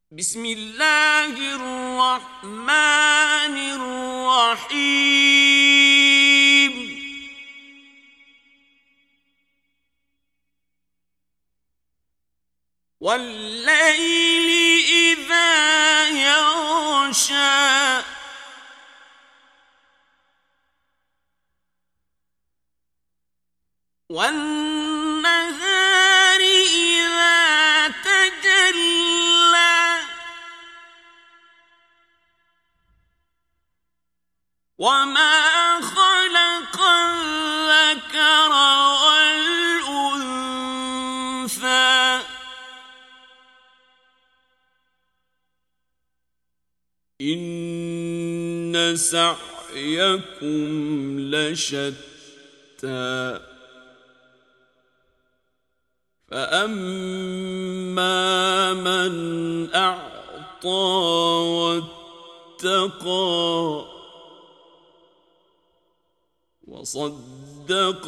بسم الله الرحمن الرحيم والليل إذا يغشى والنهار إذا تجلى وما خلق الذكر والأنثى إن سعيكم لشتى فأما من أعطى واتقى وصدق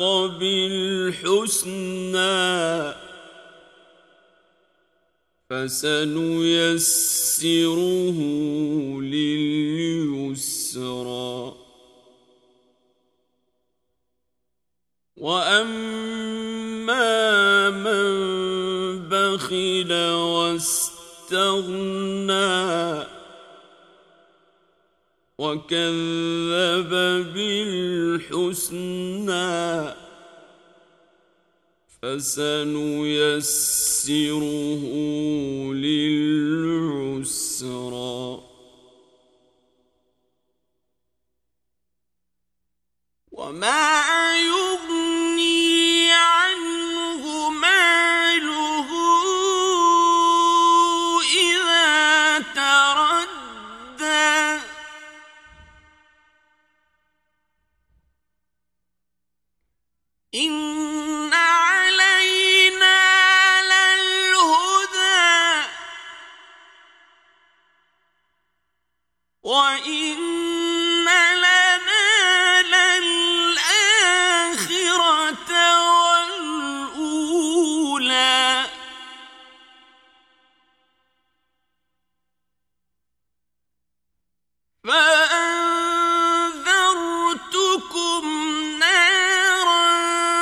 بالحسنى فسنيسره لليسرى وأما من بخل واستغنى وكذب بالحسنى فسنيسره للعسرى وما يغني عنه ماله إذا تردى إن علينا للهدى وإن لنا للآخرة والأولى فأنذرتكم نارا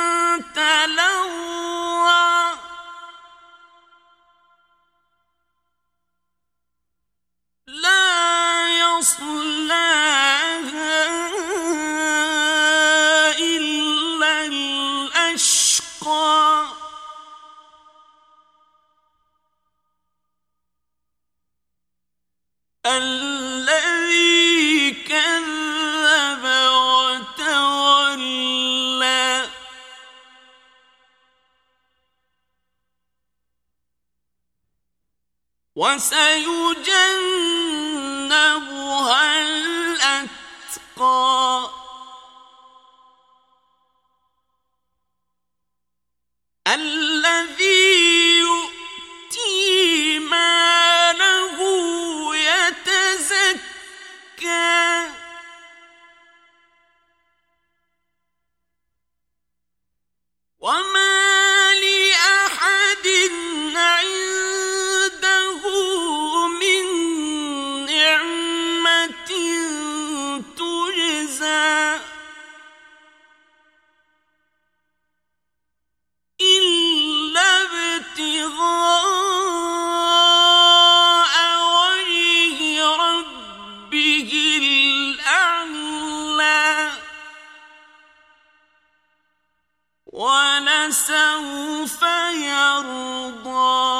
تلظى لا يصلاها إلا الأشقى الذي كذب وتولى وسيجنبها الأتقى الذي يؤتي ماله يتزكى وما لأحد عنده من نعمة تجزى إلا ابتغاء وجه ربه الأعلى ولسوف يرضى